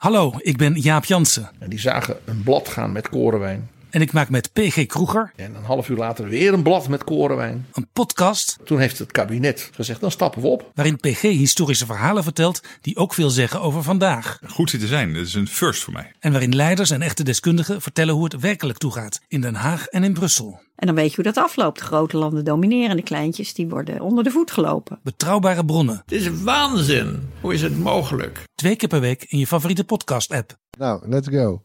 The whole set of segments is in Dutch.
Hallo, ik ben Jaap Jansen. En die zagen een blad gaan met korenwijn. En ik maak met P.G. Kroeger. En een half uur later weer een blad met korenwijn. Een podcast. Toen heeft het kabinet gezegd, dan stappen we op. Waarin P.G. historische verhalen vertelt die ook veel zeggen over vandaag. Goed zitten zijn, dat is een first voor mij. En waarin leiders en echte deskundigen vertellen hoe het werkelijk toegaat. In Den Haag en in Brussel. En dan weet je hoe dat afloopt. De grote landen domineren, de kleintjes die worden onder de voet gelopen. Betrouwbare bronnen. Het is waanzin. Hoe is het mogelijk? 2 keer per week in je favoriete podcast-app. Nou, let's go.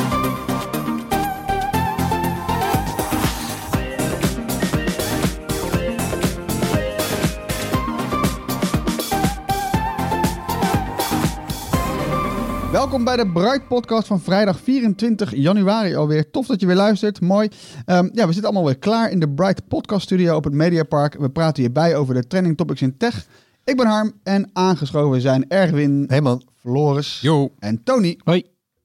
Welkom bij de Bright Podcast van vrijdag 24 januari alweer. Tof dat je weer luistert, mooi. We zitten allemaal weer klaar in de Bright Podcast Studio op het Mediapark. We praten hierbij over de trending topics in tech. Ik ben Harm en aangeschoven zijn Erwin, hey man, Floris yo. En Tony. Hoi.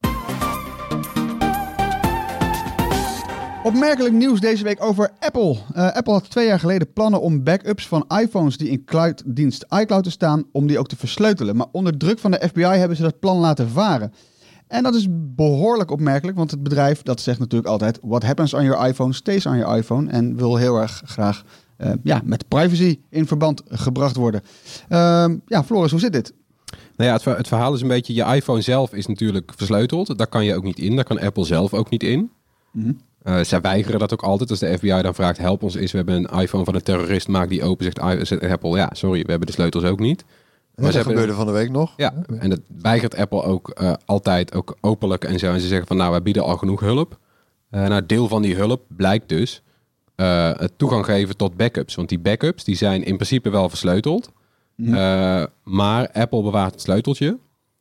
Opmerkelijk nieuws deze week over Apple. Apple had 2 jaar geleden plannen om backups van iPhones die in clouddienst iCloud te staan, om die ook te versleutelen. Maar onder druk van de FBI hebben ze dat plan laten varen. En dat is behoorlijk opmerkelijk, want het bedrijf dat zegt natuurlijk altijd: what happens on your iPhone stays on your iPhone. En wil heel erg graag met privacy in verband gebracht worden. Floris, hoe zit dit? Nou ja, het verhaal is een beetje, je iPhone zelf is natuurlijk versleuteld. Daar kan je ook niet in, daar kan Apple zelf ook niet in. Mm-hmm. Zij weigeren dat ook altijd. Als de FBI dan vraagt, help ons eens, we hebben een iPhone van een terrorist, maak die open, zegt Apple, ja, sorry, we hebben de sleutels ook niet. Maar dat gebeurde van de week nog. Ja, en dat weigert Apple ook altijd, ook openlijk en zo. En ze zeggen van, nou, wij bieden al genoeg hulp. Deel van die hulp blijkt dus het toegang geven tot backups. Want die backups, die zijn in principe wel versleuteld. Mm-hmm. Maar Apple bewaart het sleuteltje.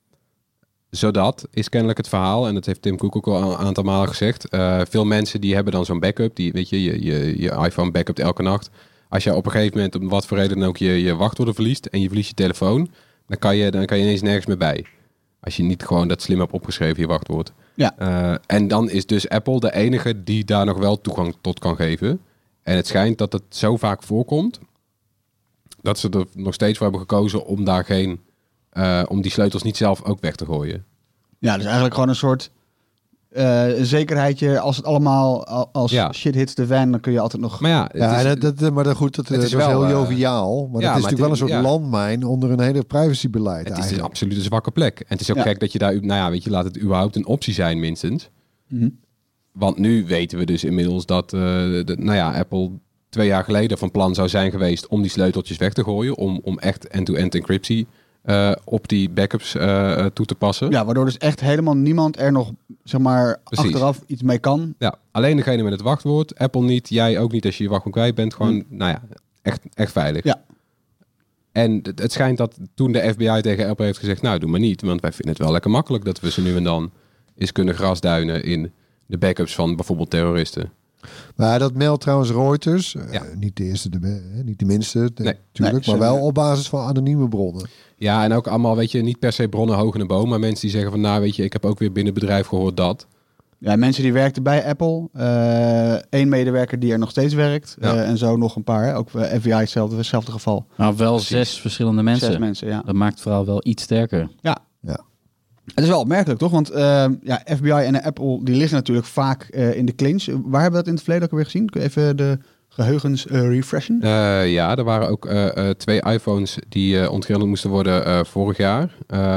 Zodat is kennelijk het verhaal, en dat heeft Tim Cook ook al een aantal malen gezegd. Veel mensen die hebben dan zo'n backup. Die, weet je iPhone backupt elke nacht. Als je op een gegeven moment, om wat voor reden dan ook, je wachtwoorden verliest en je verliest je telefoon, dan kan je ineens nergens meer bij. Als je niet gewoon dat slim hebt opgeschreven, je wachtwoord. Ja. En dan is dus Apple de enige die daar nog wel toegang tot kan geven. En het schijnt dat het zo vaak voorkomt dat ze er nog steeds voor hebben gekozen om daar om die sleutels niet zelf ook weg te gooien. Ja, dus eigenlijk gewoon een soort zekerheidje. Als het allemaal shit hits de fan, dan kun je altijd nog. Maar dat is wel heel joviaal. Maar dat is natuurlijk wel een soort landmijn onder een hele privacybeleid. Het is absoluut een zwakke plek. En het is ook gek dat je daar, laat het überhaupt een optie zijn minstens. Mm-hmm. Want nu weten we dus inmiddels dat Apple 2 jaar geleden van plan zou zijn geweest om die sleuteltjes weg te gooien, om echt end-to-end encryptie op die backups toe te passen. Ja, waardoor dus echt helemaal niemand er nog, achteraf iets mee kan. Ja, alleen degene met het wachtwoord. Apple niet, jij ook niet als je je wachtwoord kwijt bent. Gewoon, echt veilig. Ja. En het schijnt dat toen de FBI tegen Apple heeft gezegd, nou, doe maar niet. Want wij vinden het wel lekker makkelijk dat we ze nu en dan eens kunnen grasduinen in de backups van bijvoorbeeld terroristen. Maar dat meldt trouwens Reuters. Niet de eerste, niet de minste, natuurlijk. Maar wel op basis van anonieme bronnen. Ja, en ook allemaal, niet per se bronnen hoog in de boom. Maar mensen die zeggen van, ik heb ook weer binnen het bedrijf gehoord dat. Ja, mensen die werkten bij Apple. 1 medewerker die er nog steeds werkt. En zo nog een paar. Ook FBI hetzelfde geval. Maar wel 6 verschillende mensen. 6 mensen, ja. Dat maakt het vooral wel iets sterker. Ja. Het is wel opmerkelijk, toch? Want FBI en Apple die liggen natuurlijk vaak in de clinch. Waar hebben we dat in het verleden ook alweer gezien? Kun je even de geheugens refreshen? Er waren ook 2 iPhones die ontgrendeld moesten worden vorig jaar.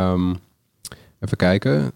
Even kijken.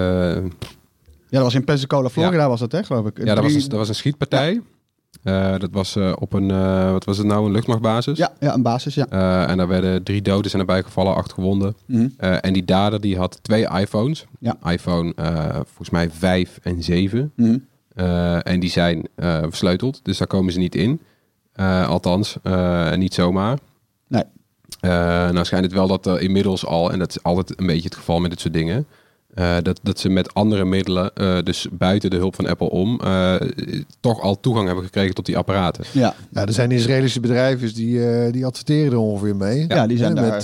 Dat was in Pensacola, Florida was dat, hè, geloof ik. Ja, dat was een schietpartij. Dat was op een, wat was het nou, een luchtmachtbasis? Ja, een basis, ja. En daar werden 3 doden zijn erbij gevallen, 8 gewonden. Mm-hmm. En die dader die had 2 iPhones. Ja. iPhone volgens mij 5 en 7. Mm-hmm. En die zijn versleuteld, dus daar komen ze niet in. Althans, niet zomaar. Nee. Nou schijnt het wel dat er inmiddels al, en dat is altijd een beetje het geval met dit soort dingen, dat ze met andere middelen, dus buiten de hulp van Apple om, toch al toegang hebben gekregen tot die apparaten. Ja, er zijn Israëlische bedrijven die adverteren er ongeveer mee. Ja, die zijn daar.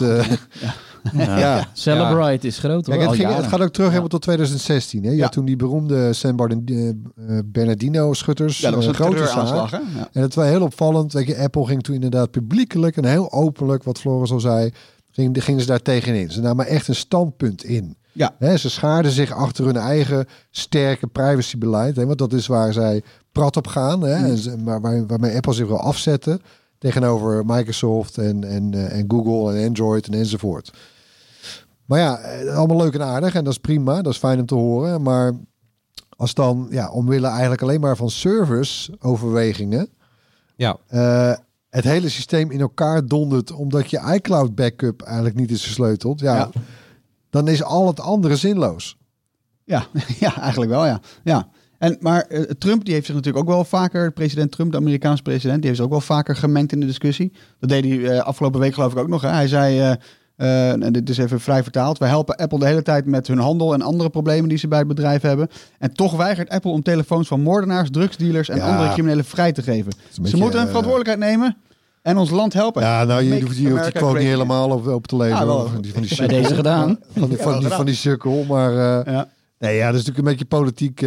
Celebrite is groot, hoor. Kijk, het gaat ook terug helemaal tot 2016. Hè? Ja, toen die beroemde San Bernardino-schutters dat was een grote zaak. Ja. En het was heel opvallend. Weet je, Apple ging toen inderdaad publiekelijk en heel openlijk, wat Floris al zei, gingen ze daar tegenin. Ze namen echt een standpunt in. Ja. Hè, ze schaarden zich achter hun eigen sterke privacybeleid. Hè, want dat is waar zij prat op gaan. Hè, waarmee Apple zich wil afzetten tegenover Microsoft en Google en Android en enzovoort. Maar ja, allemaal leuk en aardig. En dat is prima. Dat is fijn om te horen. Maar als dan, omwille eigenlijk alleen maar van service-overwegingen... het hele systeem in elkaar dondert omdat je iCloud backup eigenlijk niet is versleuteld. Dan is al het andere zinloos. Ja, eigenlijk wel, ja. Maar Trump die heeft zich natuurlijk ook wel vaker, president Trump, de Amerikaanse president, die heeft zich ook wel vaker gemengd in de discussie. Dat deed hij afgelopen week geloof ik ook nog. Hè. Hij zei, en dit is even vrij vertaald, wij helpen Apple de hele tijd met hun handel en andere problemen die ze bij het bedrijf hebben. En toch weigert Apple om telefoons van moordenaars, drugsdealers en andere criminelen vrij te geven. Ze moeten een verantwoordelijkheid nemen. En ons land helpen. Ja, nou, je hoeft die quote niet helemaal op te lezen. Van deze gedaan. Van die sukkel. Maar nee, dat is natuurlijk een beetje politiek.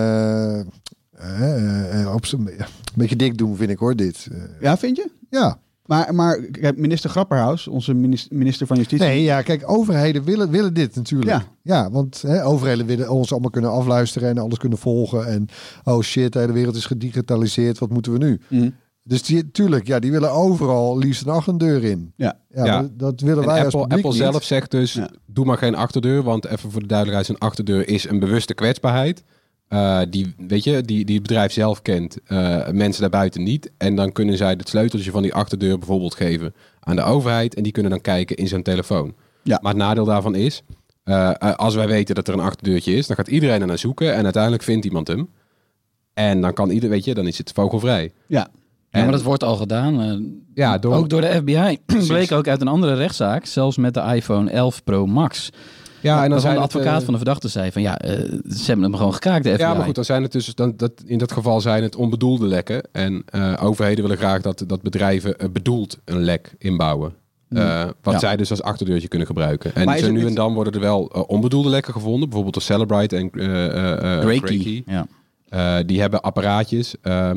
Een beetje dik doen, vind ik hoor, dit. Ja, vind je? Ja. Maar minister Grapperhaus, onze minister van Justitie... Nee, kijk, overheden willen dit natuurlijk. Ja, want overheden willen ons allemaal kunnen afluisteren en alles kunnen volgen. En oh shit, de hele wereld is gedigitaliseerd, wat moeten we nu? Dus die willen overal liefst een achterdeur in. Ja. Dat willen wij als publiek Apple niet. zelf zegt dus, doe maar geen achterdeur. Want even voor de duidelijkheid, een achterdeur is een bewuste kwetsbaarheid. Die het bedrijf zelf kent. Mensen daarbuiten niet. En dan kunnen zij het sleuteltje van die achterdeur bijvoorbeeld geven aan de overheid. En die kunnen dan kijken in zijn telefoon. Ja. Maar het nadeel daarvan is, als wij weten dat er een achterdeurtje is, dan gaat iedereen er naar zoeken. En uiteindelijk vindt iemand hem. En dan kan dan is het vogelvrij. Ja. Ja, maar dat wordt al gedaan. Ook door de FBI. Bleek ook uit een andere rechtszaak. Zelfs met de iPhone 11 Pro Max. Ja, en dan zei de advocaat van de verdachte zei van ze hebben hem gewoon gekaakt, de FBI. Ja, maar goed, dan zijn het dus in dat geval zijn het onbedoelde lekken. En overheden willen graag dat bedrijven bedoeld een lek inbouwen. Wat zij dus als achterdeurtje kunnen gebruiken. En zo nu en dan worden er wel onbedoelde lekken gevonden. Bijvoorbeeld door Celebrite en Gray-Key. Die hebben apparaatjes.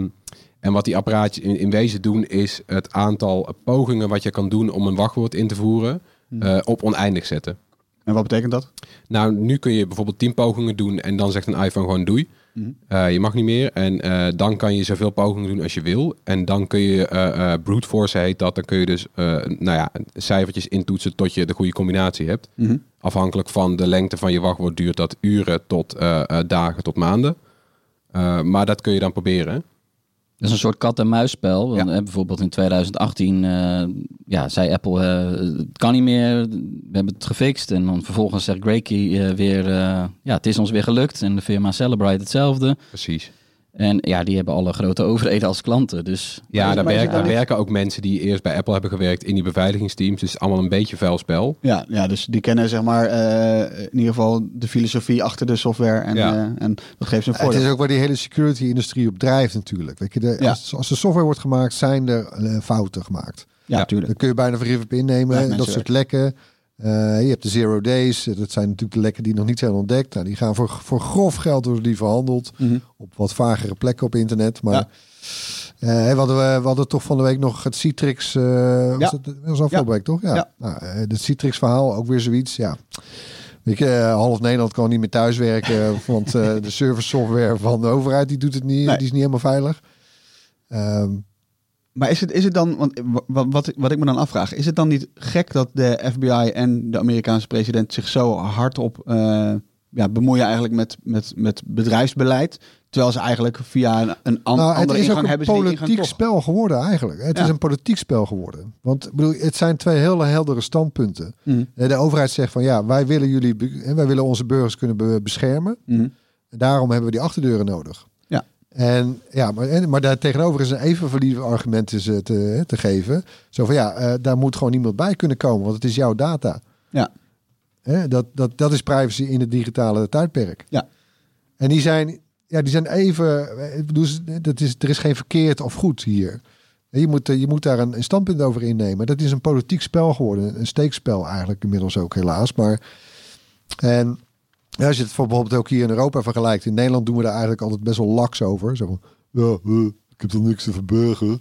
En wat die apparaatjes in wezen doen is het aantal pogingen wat je kan doen om een wachtwoord in te voeren op oneindig zetten. En wat betekent dat? Nou, nu kun je bijvoorbeeld 10 pogingen doen en dan zegt een iPhone gewoon doei. Je mag niet meer. En dan kan je zoveel pogingen doen als je wil. En dan kun je, brute force heet dat, dan kun je dus cijfertjes intoetsen tot je de goede combinatie hebt. Afhankelijk van de lengte van je wachtwoord duurt dat uren tot dagen tot maanden. Maar dat kun je dan proberen. Dat is een soort kat-en-muisspel. Bijvoorbeeld in 2018 zei Apple, het kan niet meer, we hebben het gefixt. En dan vervolgens zegt Gray-Key weer, het is ons weer gelukt. En de firma Celebrite hetzelfde. Precies. En die hebben alle grote overheden als klanten. Dus daar werken ook mensen die eerst bij Apple hebben gewerkt in die beveiligingsteams. Dus het is allemaal een beetje vuil spel. Ja, dus die kennen zeg maar in ieder geval de filosofie achter de software. En dat geeft ze een voordeel. Het is ook waar die hele security-industrie op drijft natuurlijk. Weet je, als de software wordt gemaakt, zijn er fouten gemaakt. Ja, natuurlijk. Dan kun je bijna vergif op innemen. Dat soort lekken. Je hebt de 0 days. Dat zijn natuurlijk de lekken die nog niet zijn ontdekt. Nou, die gaan voor grof geld worden die verhandeld. Op wat vagere plekken op internet. Maar we hadden toch van de week nog het Citrix. Dat was afgelopen week, toch? Ja. Nou, het Citrix verhaal, ook weer zoiets. Ja. Weet je, half Nederland kan niet meer thuiswerken. Want de service software van de overheid die doet het niet. Nee. Die is niet helemaal veilig. Maar is het dan, want wat ik me dan afvraag, is het dan niet gek dat de FBI en de Amerikaanse president zich zo hard op bemoeien eigenlijk met bedrijfsbeleid, terwijl ze eigenlijk via een andere ingang hebben ze die ingang toch? Het is een politiek spel geworden eigenlijk. Het is een politiek spel geworden. Want bedoel, het zijn twee hele heldere standpunten. De overheid zegt van wij willen onze burgers kunnen beschermen. Daarom hebben we die achterdeuren nodig. En maar daar tegenover is een even valide argument te geven. Zo van daar moet gewoon niemand bij kunnen komen, want het is jouw data. Ja. Dat is privacy in het digitale tijdperk. Ja. En die zijn even. Er is geen verkeerd of goed hier. Je moet daar een standpunt over innemen. Dat is een politiek spel geworden, een steekspel eigenlijk inmiddels ook helaas. Maar als je het bijvoorbeeld ook hier in Europa vergelijkt. In Nederland doen we daar eigenlijk altijd best wel laks over. Zo van, ik heb er niks te verbergen.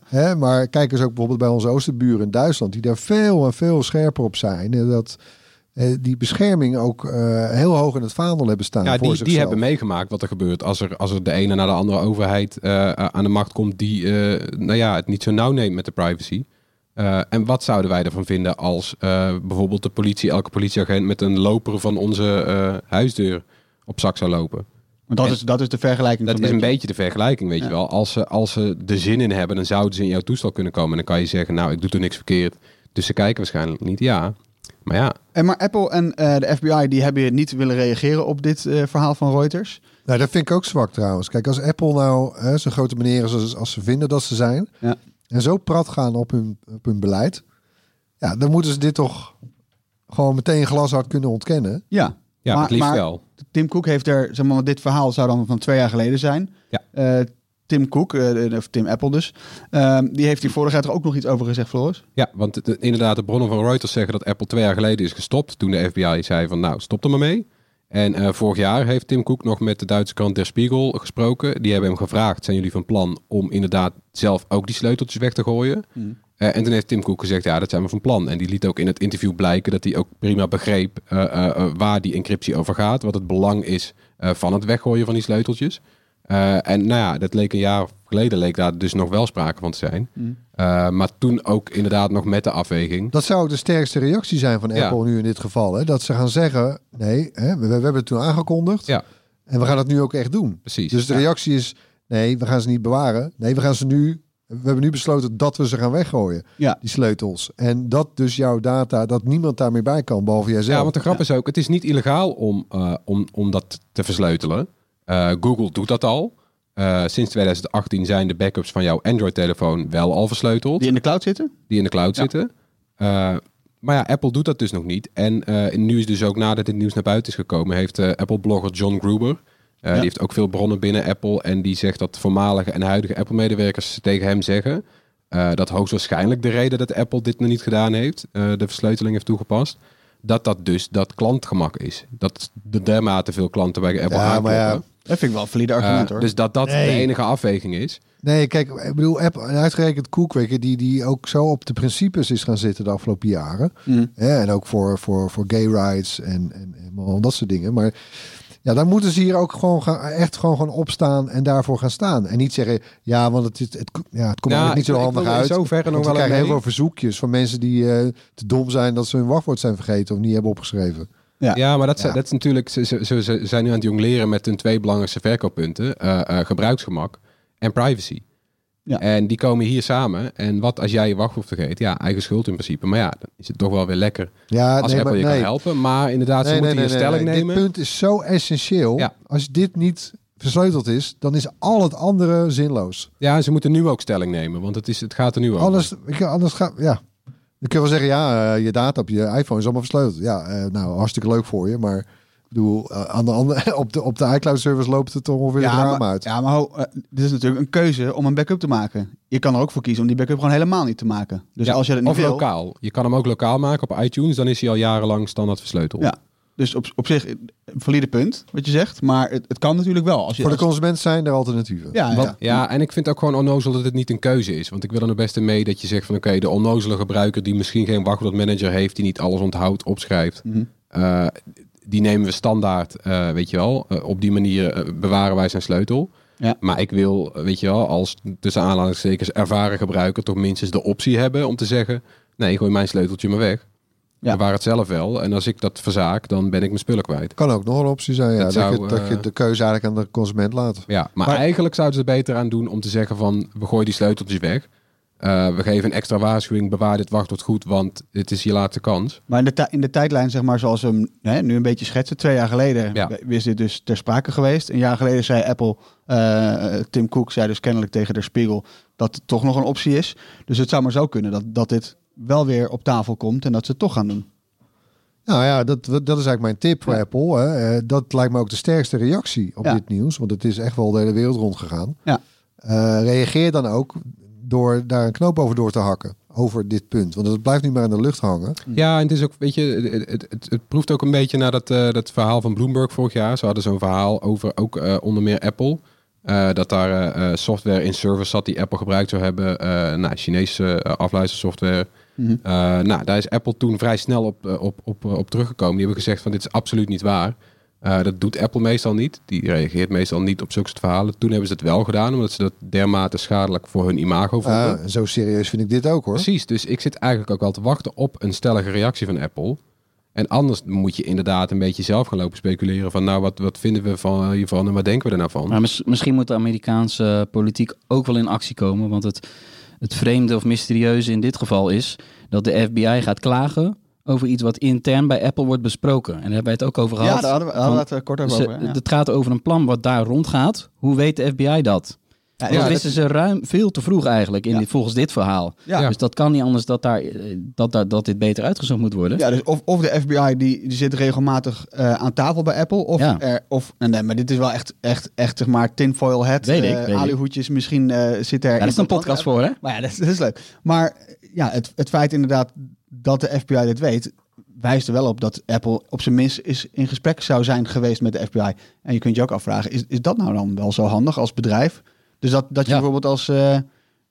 Maar kijk eens ook bijvoorbeeld bij onze oosterburen in Duitsland. Die daar veel en veel scherper op zijn. Dat die bescherming ook heel hoog in het vaandel hebben staan. Ja, voor zichzelf. die hebben meegemaakt wat er gebeurt als er de ene naar de andere overheid aan de macht komt die het niet zo nauw neemt met de privacy. En wat zouden wij ervan vinden als bijvoorbeeld de politie, elke politieagent met een loper van onze huisdeur op zak zou lopen? Want dat is de vergelijking. Dat is een beetje de vergelijking, weet je wel. Als ze er zin in hebben, dan zouden ze in jouw toestel kunnen komen. En dan kan je zeggen, nou, ik doe er niks verkeerd. Dus ze kijken waarschijnlijk niet. Ja, maar ja. Maar Apple en de FBI die hebben niet willen reageren op dit verhaal van Reuters. Nou, dat vind ik ook zwak trouwens. Kijk, als Apple nou zo'n grote meneer is als ze vinden dat ze zijn... Ja. En zo prat gaan op hun beleid... Ja, dan moeten ze dit toch gewoon meteen glashard kunnen ontkennen. Ja, Ja, het liefst wel. Tim Cook heeft er, zeg maar, dit verhaal zou dan van 2 jaar geleden zijn. Ja. Tim Cook, of Tim Apple dus, die heeft hier vorig jaar toch ook nog iets over gezegd, Floris? Ja, want inderdaad, de bronnen van Reuters zeggen dat Apple 2 jaar geleden is gestopt. Toen de FBI zei van, nou, stop er maar mee. En vorig jaar heeft Tim Cook nog met de Duitse krant Der Spiegel gesproken. Die hebben hem gevraagd, zijn jullie van plan om inderdaad zelf ook die sleuteltjes weg te gooien? En toen heeft Tim Cook gezegd, ja, dat zijn we van plan. En die liet ook in het interview blijken dat hij ook prima begreep waar die encryptie over gaat. Wat het belang is van het weggooien van die sleuteltjes. En nou ja, dat leek een jaar geleden leek daar dus nog wel sprake van te zijn. Maar toen ook inderdaad nog met de afweging. Dat zou ook de sterkste reactie zijn van Apple nu in dit geval. Hè? Dat ze gaan zeggen, nee, we hebben het toen aangekondigd. Ja. En we gaan het nu ook echt doen. Precies. Dus de reactie is, nee, we gaan ze niet bewaren. Nee, we hebben nu besloten dat we ze gaan weggooien. Ja. Die sleutels. En dat dus jouw data, dat niemand daar meer bij kan, behalve jijzelf. Ja, want de grap is ook, het is niet illegaal om dat te versleutelen. Google doet dat al. Sinds 2018 zijn de backups van jouw Android-telefoon wel al versleuteld. Die in de cloud zitten? Die in de cloud zitten. Maar ja, Apple doet dat dus nog niet. En nu is dus ook nadat dit nieuws naar buiten is gekomen, heeft Apple-blogger John Gruber, die heeft ook veel bronnen binnen Apple, en die zegt dat voormalige en huidige Apple-medewerkers tegen hem zeggen dat hoogstwaarschijnlijk de reden dat Apple dit nog niet gedaan heeft, de versleuteling heeft toegepast, dat dus dat klantgemak is. Dat er dermate veel klanten bij Apple aankloppen. Ja. Dat vind ik wel een valide argument, hoor. Dus dat de enige afweging is. Nee, kijk, ik bedoel, Apple, uitgerekend Cook, weet je, die ook zo op de principes is gaan zitten de afgelopen jaren. En ook voor gay rights en al dat soort dingen. Maar ja, dan moeten ze hier ook gewoon opstaan en daarvoor gaan staan. En niet zeggen, ja, want het komt eigenlijk niet zo handig uit. Zover nog wel krijgen heel veel verzoekjes van mensen die te dom zijn dat ze hun wachtwoord zijn vergeten of niet hebben opgeschreven. Ja, maar dat is natuurlijk, ze zijn nu aan het jongleren met hun 2 belangrijkste verkooppunten. Gebruiksgemak en privacy. Ja. En die komen hier samen. En wat als jij je wachtwoord vergeet? Ja, eigen schuld in principe. Maar ja, dan is het toch wel weer lekker als Apple je kan helpen. Maar inderdaad, ze moeten hier stelling nemen. Dit punt is zo essentieel. Ja. Als dit niet versleuteld is, dan is al het andere zinloos. Ja, ze moeten nu ook stelling nemen. Want het gaat er nu over. Anders gaat, ja. Dan kun je wel zeggen, je data op je iPhone is allemaal versleuteld. Ja, nou, hartstikke leuk voor je, maar ik bedoel, op de iCloud service loopt het toch ongeveer het raam uit. Ja, maar dit is natuurlijk een keuze om een backup te maken. Je kan er ook voor kiezen om die backup gewoon helemaal niet te maken. Dus als je dat niet wil... lokaal. Je kan hem ook lokaal maken op iTunes, dan is hij al jarenlang standaard versleuteld. Ja. Dus op zich een valide punt, wat je zegt. Maar het kan natuurlijk wel. Voor de consument zijn er alternatieven. Ja, en ik vind ook gewoon onnozel dat het niet een keuze is. Want ik wil er het beste mee dat je zegt van oké, de onnozele gebruiker die misschien geen wachtwoordmanager heeft, die niet alles onthoudt, opschrijft. Die nemen we standaard, weet je wel. Op die manier bewaren wij zijn sleutel. Ja. Maar ik wil, weet je wel, als tussen aanhalingstekens ervaren gebruiker toch minstens de optie hebben om te zeggen, nee, gooi mijn sleuteltje maar weg. Ja. Bewaar het zelf wel. En als ik dat verzaak, dan ben ik mijn spullen kwijt. Kan ook nog een optie zijn, ja. Dat je de keuze eigenlijk aan de consument laat. Ja, maar eigenlijk zouden ze er beter aan doen om te zeggen van, we gooien die sleuteltjes weg. We geven een extra waarschuwing, bewaar dit wachtwoord goed, want het is je laatste kans. Maar in de tijdlijn, zeg maar, zoals we hem nu een beetje schetsen, 2 jaar geleden is dit dus ter sprake geweest. Een jaar geleden zei Apple, Tim Cook zei dus kennelijk tegen Der Spiegel dat het toch nog een optie is. Dus het zou maar zo kunnen dat dit wel weer op tafel komt en dat ze het toch gaan doen. Nou ja, dat is eigenlijk mijn tip voor Apple. Hè. Dat lijkt me ook de sterkste reactie op dit nieuws, want het is echt wel de hele wereld rondgegaan. Ja. Reageer dan ook door daar een knoop over door te hakken. Over dit punt. Want het blijft nu maar in de lucht hangen. Ja, en het is ook, weet je, het proeft ook een beetje naar dat verhaal van Bloomberg vorig jaar. Ze hadden zo'n verhaal over ook onder meer Apple. Dat daar software in service zat die Apple gebruikt zou hebben. Chinese afluistersoftware. Daar is Apple toen vrij snel op teruggekomen. Die hebben gezegd van dit is absoluut niet waar. Dat doet Apple meestal niet. Die reageert meestal niet op zulke soort verhalen. Toen hebben ze het wel gedaan, omdat ze dat dermate schadelijk voor hun imago vonden. Zo serieus vind ik dit ook, hoor. Precies, dus ik zit eigenlijk ook al te wachten op een stellige reactie van Apple. En anders moet je inderdaad een beetje zelf gaan lopen speculeren van nou, wat vinden we hiervan en wat denken we er nou van? Maar misschien moet de Amerikaanse politiek ook wel in actie komen, want het vreemde of mysterieuze in dit geval is dat de FBI gaat klagen over iets wat intern bij Apple wordt besproken. En daar hebben wij het ook over gehad. Ja, daar hadden we het kort over. Ja. Het gaat over een plan wat daar rondgaat. Hoe weet de FBI dat? Ja, dat wisten ze veel te vroeg eigenlijk volgens dit verhaal. Ja. Dus dat kan niet anders dat dit beter uitgezocht moet worden. Ja, dus of de FBI die zit regelmatig aan tafel bij Apple. Maar dit is wel echt zeg maar tinfoil hat. Aluhoedjes, misschien zit er... Ja, dat is een podcast voor, hè? Maar ja, dat is leuk. Maar ja, het feit inderdaad dat de FBI dit weet, wijst er wel op dat Apple op zijn minst in gesprek zou zijn geweest met de FBI. En je kunt je ook afvragen, is dat nou dan wel zo handig als bedrijf? Dus dat je bijvoorbeeld als de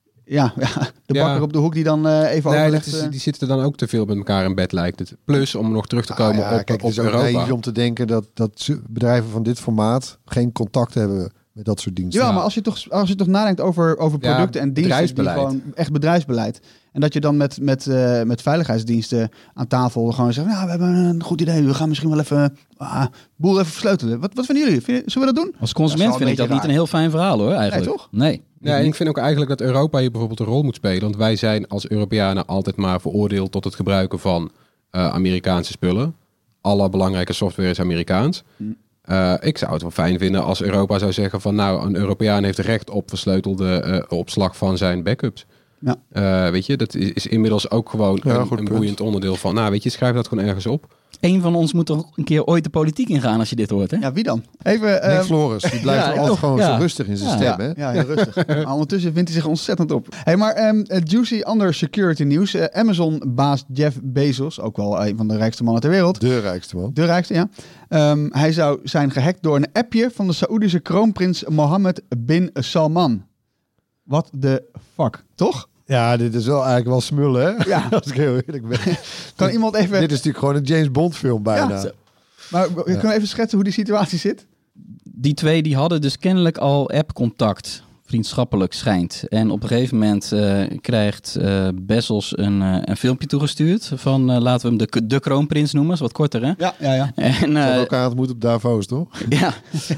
bakker op de hoek die dan even overlegt... Die zitten dan ook te veel met elkaar in bed, lijkt het. Plus, om nog terug te komen op het is Europa. Ook naïef om te denken dat bedrijven van dit formaat geen contact hebben met dat soort diensten. Ja, maar als je toch nadenkt over producten en diensten die gewoon echt bedrijfsbeleid. En dat je dan met veiligheidsdiensten aan tafel gewoon zegt, we hebben een goed idee, we gaan misschien wel even boel even versleutelen. Wat vinden jullie? Zullen we dat doen? Als consument vind ik dat niet een heel fijn verhaal, hoor, eigenlijk. Nee, toch? Nee. Ja, en ik vind ook eigenlijk dat Europa hier bijvoorbeeld een rol moet spelen. Want wij zijn als Europeanen altijd maar veroordeeld tot het gebruiken van Amerikaanse spullen. Alle belangrijke software is Amerikaans. Ik zou het wel fijn vinden als Europa zou zeggen van nou, een Europeaan heeft recht op versleutelde opslag van zijn backups. Ja. Weet je, dat is inmiddels ook gewoon een boeiend onderdeel van, nou weet je, schrijf dat gewoon ergens op. Eén van ons moet toch een keer ooit de politiek ingaan als je dit hoort, hè? Ja, wie dan? Even, Floris, die blijft altijd gewoon zo rustig in zijn stem, hè? Ja, heel rustig. Maar ondertussen vindt hij zich ontzettend op. Hey, maar juicy ander security nieuws. Amazon-baas Jeff Bezos, ook wel een van de rijkste mannen ter wereld. De rijkste man. De rijkste, ja. Hij zou zijn gehackt door een appje van de Saoedische kroonprins Mohammed bin Salman. What the fuck, toch? Ja, dit is wel eigenlijk wel smullen, hè? Ja. Als ik heel eerlijk ben. Kan iemand even... Dit is natuurlijk gewoon een James Bond film bijna. Ja. Maar kunnen we even schetsen hoe die situatie zit? Die twee die hadden dus kennelijk al app-contact. Vriendschappelijk schijnt. En op een gegeven moment krijgt Bezos een filmpje toegestuurd van laten we hem de kroonprins noemen. Is wat korter, hè? Ja. En ook aan het moet op Davos, toch? Ja.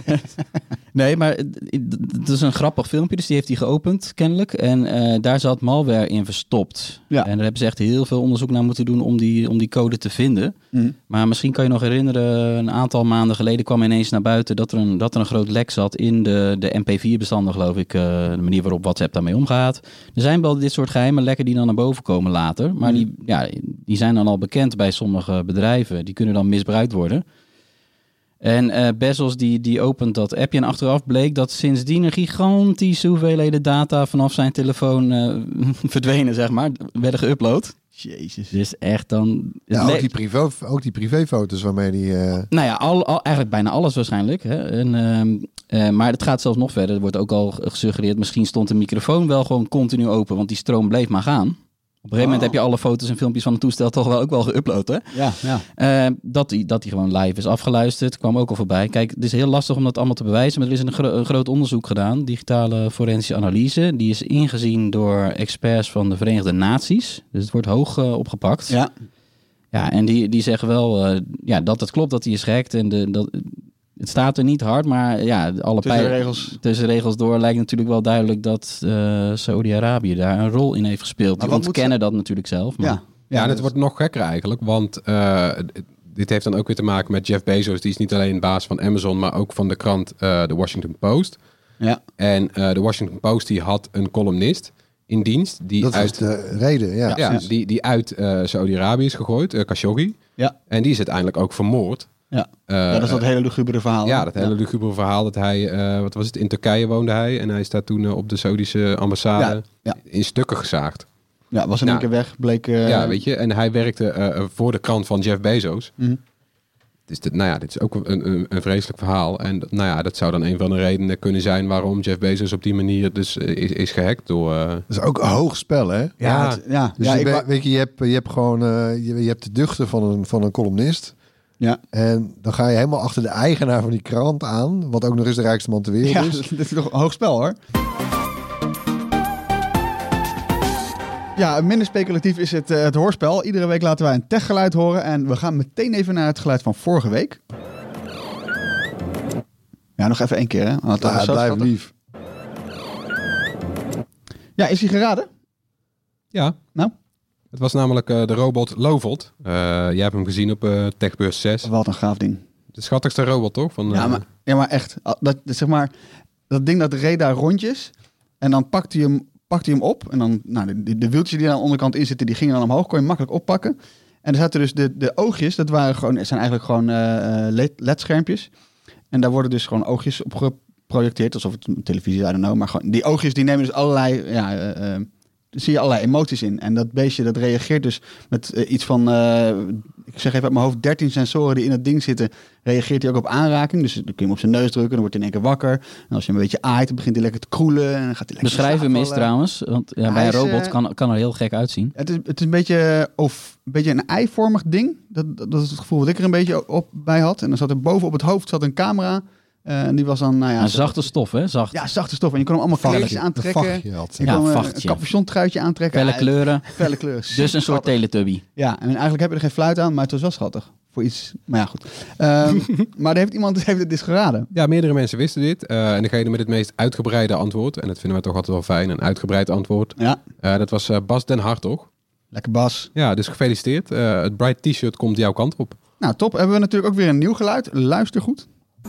Nee, maar het is een grappig filmpje, dus die heeft hij geopend, kennelijk. En daar zat malware in verstopt. Ja. En daar hebben ze echt heel veel onderzoek naar moeten doen om die code te vinden. Maar misschien kan je nog herinneren, een aantal maanden geleden kwam ineens naar buiten dat er een groot lek zat in de MP4-bestanden, geloof ik. De manier waarop WhatsApp daarmee omgaat. Er zijn wel dit soort geheime lekken die dan naar boven komen later. Maar die zijn dan al bekend bij sommige bedrijven. Die kunnen dan misbruikt worden. En Bezos die opent dat appje en achteraf bleek dat sindsdien er gigantische hoeveelheden data vanaf zijn telefoon verdwenen, zeg maar. Werden geüpload. Jezus. Dus echt dan... Ja, ook die privéfoto's waarmee die... Nou ja, eigenlijk bijna alles waarschijnlijk. Hè? Maar het gaat zelfs nog verder. Er wordt ook al gesuggereerd, misschien stond de microfoon wel gewoon continu open, want die stroom bleef maar gaan. Op een gegeven moment heb je alle foto's en filmpjes van het toestel toch wel ook wel geüpload, hè? Ja. Dat die gewoon live is afgeluisterd, kwam ook al voorbij. Kijk, het is heel lastig om dat allemaal te bewijzen, maar er is een groot onderzoek gedaan, digitale forensische analyse. Die is ingezien door experts van de Verenigde Naties. Dus het wordt hoog opgepakt. Ja. Ja, en die zeggen wel dat het klopt dat hij is gehackt en het staat er niet hard, maar ja, alle tussen regels door lijkt natuurlijk wel duidelijk dat Saoedi-Arabië daar een rol in heeft gespeeld. Die ontkennen dat natuurlijk zelf. Maar... Ja, en het wordt nog gekker eigenlijk, want dit heeft dan ook weer te maken met Jeff Bezos. Die is niet alleen baas van Amazon, maar ook van de krant The Washington Post. Ja. En The Washington Post die had een columnist in dienst. Dat is de reden, ja. Ja, die uit Saoedi-Arabië is gegooid, Khashoggi. Ja. En die is uiteindelijk ook vermoord. Ja. Dat is dat hele lugubere verhaal. Ja, dat hele lugubere verhaal dat hij, in Turkije woonde hij. En hij is daar toen op de Saoedische ambassade in stukken gezaagd. Ja, was in één keer weg, bleek... Ja, weet je. En hij werkte voor de krant van Jeff Bezos. Mm. Dus dit is ook een vreselijk verhaal. En dat zou dan een van de redenen kunnen zijn waarom Jeff Bezos op die manier dus is gehackt door... Dat is ook een hoog spel, hè? Dus weet je hebt gewoon je hebt de duchten van een columnist. Ja. En dan ga je helemaal achter de eigenaar van die krant aan, wat ook nog eens de rijkste man ter wereld is. Dit is toch een hoog spel, hoor. Ja, minder speculatief is het hoorspel. Iedere week laten wij een techgeluid horen. En we gaan meteen even naar het geluid van vorige week. Ja, nog even 1 keer, hè? Blijf lief. Ja, is hij geraden? Ja. Nou? Het was namelijk de robot Lovold. Jij hebt hem gezien op Techbeurs 6. Wat een gaaf ding. De schattigste robot, toch? Ja, maar echt. Dat ding dat reed daar rondjes. En dan pakt hij hem op. En dan, de wieltjes die aan de onderkant in zitten, die gingen dan omhoog. Kon je makkelijk oppakken. En er zaten dus de oogjes. Het zijn eigenlijk gewoon LED-schermpjes. En daar worden dus gewoon oogjes op geprojecteerd. Alsof het een televisie, I don't know. Maar gewoon, die oogjes die nemen dus allerlei... zie je allerlei emoties in. En dat beestje dat reageert dus met iets van... ik zeg even uit mijn hoofd, 13 sensoren die in het ding zitten. Reageert hij ook op aanraking. Dus dan kun je hem op zijn neus drukken. Dan wordt hij in één keer wakker. En als je hem een beetje aait, dan begint hij lekker te kroelen. En dan gaat hij lekker beschrijf hem eens trouwens. Want bij een robot kan er heel gek uitzien. Het is een beetje een eivormig ding. Dat is het gevoel wat ik er een beetje op bij had. En dan zat er boven op het hoofd een camera... en die was dan, een zachte stof, hè? Zacht. Ja, zachte stof. En je kon hem allemaal kleedjes aantrekken. Je kon een capuchontruitje aantrekken. Felle kleuren. Dus een soort Teletubby. Ja, en eigenlijk heb je er geen fluit aan, maar het was wel schattig. Voor iets, maar ja, goed. Maar iemand heeft het dus geraden. Ja, meerdere mensen wisten dit. En degene met het meest uitgebreide antwoord, en dat vinden we toch altijd wel fijn, een uitgebreid antwoord. Ja. Dat was Bas den Hartog. Lekker Bas. Ja, dus gefeliciteerd. Het Bright T-shirt komt jouw kant op. Nou, top. Hebben we natuurlijk ook weer een nieuw geluid. Luister goed.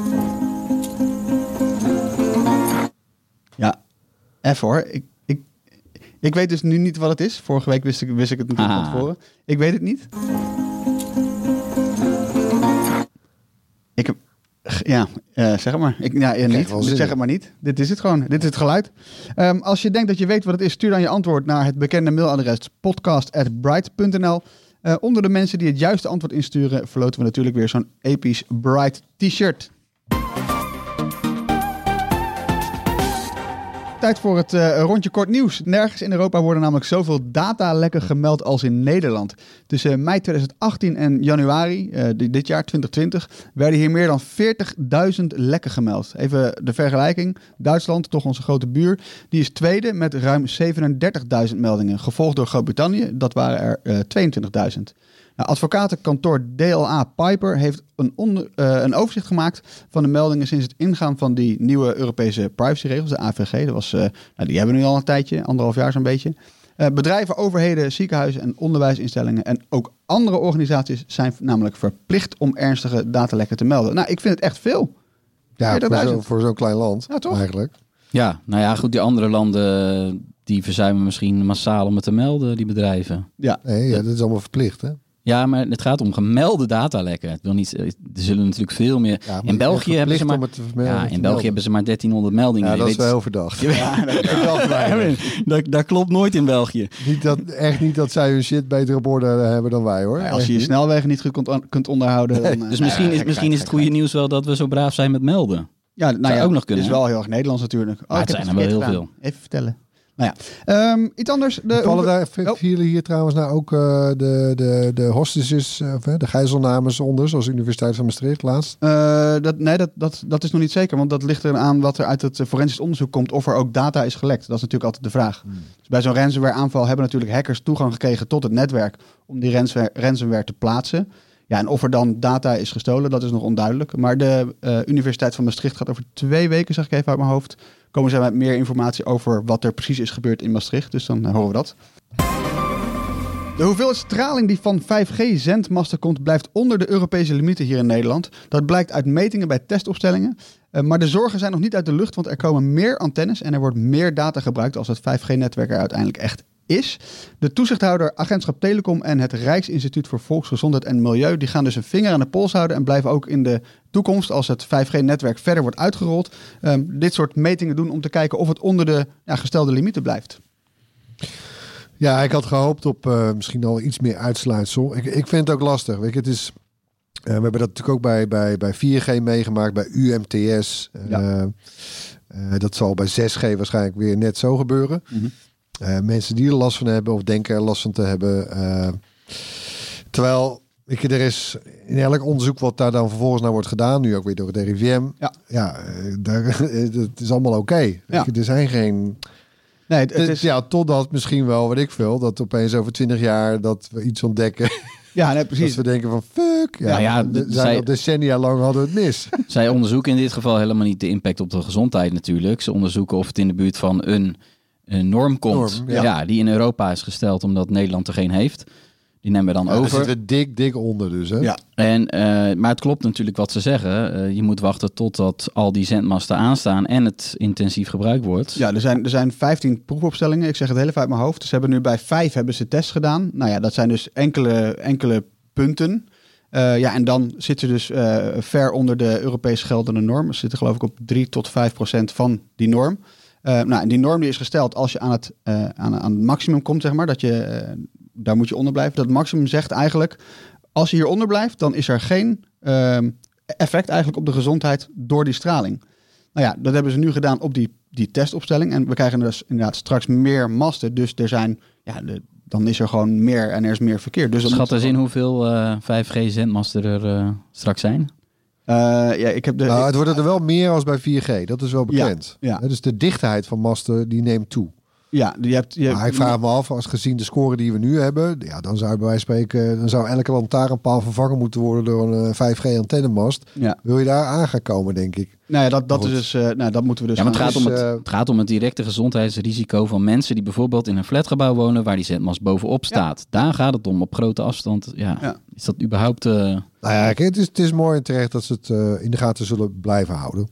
Ja, even hoor. Ik weet dus nu niet wat het is. Vorige week wist ik het natuurlijk van tevoren. Ik weet het niet. Zeg het maar. Niet. Dus zeg het maar niet. Dit is het gewoon. Dit is het geluid. Als je denkt dat je weet wat het is, stuur dan je antwoord naar het bekende mailadres podcast@bright.nl. Onder de mensen die het juiste antwoord insturen, verloten we natuurlijk weer zo'n episch Bright T-shirt. Tijd voor het rondje kort nieuws. Nergens in Europa worden namelijk zoveel datalekken gemeld als in Nederland. Tussen mei 2018 en januari, dit jaar 2020, werden hier meer dan 40.000 lekken gemeld. Even de vergelijking. Duitsland, toch onze grote buur, die is tweede met ruim 37.000 meldingen. Gevolgd door Groot-Brittannië, dat waren er 22.000. Nou, advocatenkantoor DLA Piper heeft een overzicht gemaakt van de meldingen sinds het ingaan van die nieuwe Europese privacyregels, de AVG. Die hebben we nu al een tijdje, 1,5 jaar zo'n beetje. Bedrijven, overheden, ziekenhuizen en onderwijsinstellingen en ook andere organisaties zijn namelijk verplicht om ernstige datalekken te melden. Nou, ik vind het echt veel. Ja, voor zo'n klein land, ja, toch? Eigenlijk. Ja, nou ja, goed, die andere landen die verzuimen misschien massaal om het te melden, die bedrijven. Ja, dat is allemaal verplicht, hè? Ja, maar het gaat om gemelde datalekken. Het wil niet, er zullen natuurlijk veel meer... Ja, in België hebben ze maar... hebben ze maar 1300 meldingen. Ja, dat is wel heel verdacht. Ja, dat klopt nooit in België. Niet dat zij hun shit beter op orde hebben dan wij, hoor. Ja, als je je snelwegen niet goed kunt onderhouden... Dan, dus misschien is het goede nieuws wel dat we zo braaf zijn met melden. Ja, ook nog kunnen. Het is wel heel erg Nederlands natuurlijk. Het zijn er wel heel veel. Even vertellen. Nou ja, iets anders. Vielen hier trouwens nou ook de hostages, de gijzelnames onder, zoals de Universiteit van Maastricht laatst? Dat is nog niet zeker, want dat ligt eraan wat er uit het forensisch onderzoek komt, of er ook data is gelekt. Dat is natuurlijk altijd de vraag. Dus bij zo'n ransomware aanval hebben natuurlijk hackers toegang gekregen tot het netwerk om die ransomware te plaatsen. Ja, en of er dan data is gestolen, dat is nog onduidelijk. Maar de Universiteit van Maastricht gaat over 2 weken, zeg ik even uit mijn hoofd, komen zij met meer informatie over wat er precies is gebeurd in Maastricht. Dus dan horen we dat. De hoeveelheid straling die van 5G-zendmasten komt, blijft onder de Europese limieten hier in Nederland. Dat blijkt uit metingen bij testopstellingen. Maar de zorgen zijn nog niet uit de lucht, want er komen meer antennes en er wordt meer data gebruikt als het 5G-netwerk er uiteindelijk echt is. De toezichthouder Agentschap Telecom en het Rijksinstituut voor Volksgezondheid en Milieu, die gaan dus een vinger aan de pols houden en blijven ook in de toekomst, als het 5G-netwerk verder wordt uitgerold, dit soort metingen doen om te kijken of het onder de gestelde limieten blijft. Ja, ik had gehoopt op misschien al iets meer uitsluitsel. Ik vind het ook lastig. Weet je, het is We hebben dat natuurlijk ook bij 4G meegemaakt, bij UMTS. Dat zal bij 6G waarschijnlijk weer net zo gebeuren. Mensen die er last van hebben of denken er last van te hebben. Terwijl er is in elk onderzoek wat daar dan vervolgens naar wordt gedaan, nu ook weer door het RIVM. Het is allemaal oké. Er zijn geen... Nee, het is... totdat misschien wel, wat ik wil, dat opeens over 20 jaar dat we iets ontdekken. Ja, nee, precies. Dat we denken van fuck. Al decennia lang hadden we het mis. Zij onderzoeken in dit geval helemaal niet de impact op de gezondheid natuurlijk. Ze onderzoeken of het in de buurt van een norm komt. Die in Europa is gesteld omdat Nederland er geen heeft. Die nemen we dan over. Daar zitten we dik onder dus. Hè? Ja. Maar het klopt natuurlijk wat ze zeggen. Je moet wachten totdat al die zendmasten aanstaan en het intensief gebruikt wordt. Ja, er zijn 15 proefopstellingen. Ik zeg het heel even uit mijn hoofd. Ze hebben nu bij 5 tests gedaan. Nou ja, dat zijn dus enkele punten. En dan zitten ze dus ver onder de Europees geldende norm. Ze zitten geloof ik op 3 tot 5% van die norm. En die norm die is gesteld als je aan het maximum komt, zeg maar, dat je... daar moet je onder blijven. Dat maximum zegt eigenlijk, als je hieronder blijft, dan is er geen effect eigenlijk op de gezondheid door die straling. Nou ja, dat hebben ze nu gedaan op die testopstelling. En we krijgen dus inderdaad straks meer masten. Dus er zijn, dan is er gewoon meer en er is meer verkeer. Dus schat eens in hoeveel 5G-zendmasten er straks zijn? Het worden er wel meer als bij 4G. Dat is wel bekend. Ja. Dus de dichtheid van masten die neemt toe. Ja, maar ik vraag me af, als gezien de score die we nu hebben, dan zou bij wijze van spreken, dan zou elke lantaarnpaal vervangen moeten worden door een 5G antennemast. Ja. Wil je daar aan gaan komen, denk ik? Nou ja, dat is dus, dat moeten we dus. Ja, maar het gaat om het directe gezondheidsrisico van mensen die bijvoorbeeld in een flatgebouw wonen waar die zendmast bovenop staat. Ja. Daar gaat het om, op grote afstand. Is dat überhaupt? Nou ja, het is mooi en terecht dat ze het in de gaten zullen blijven houden.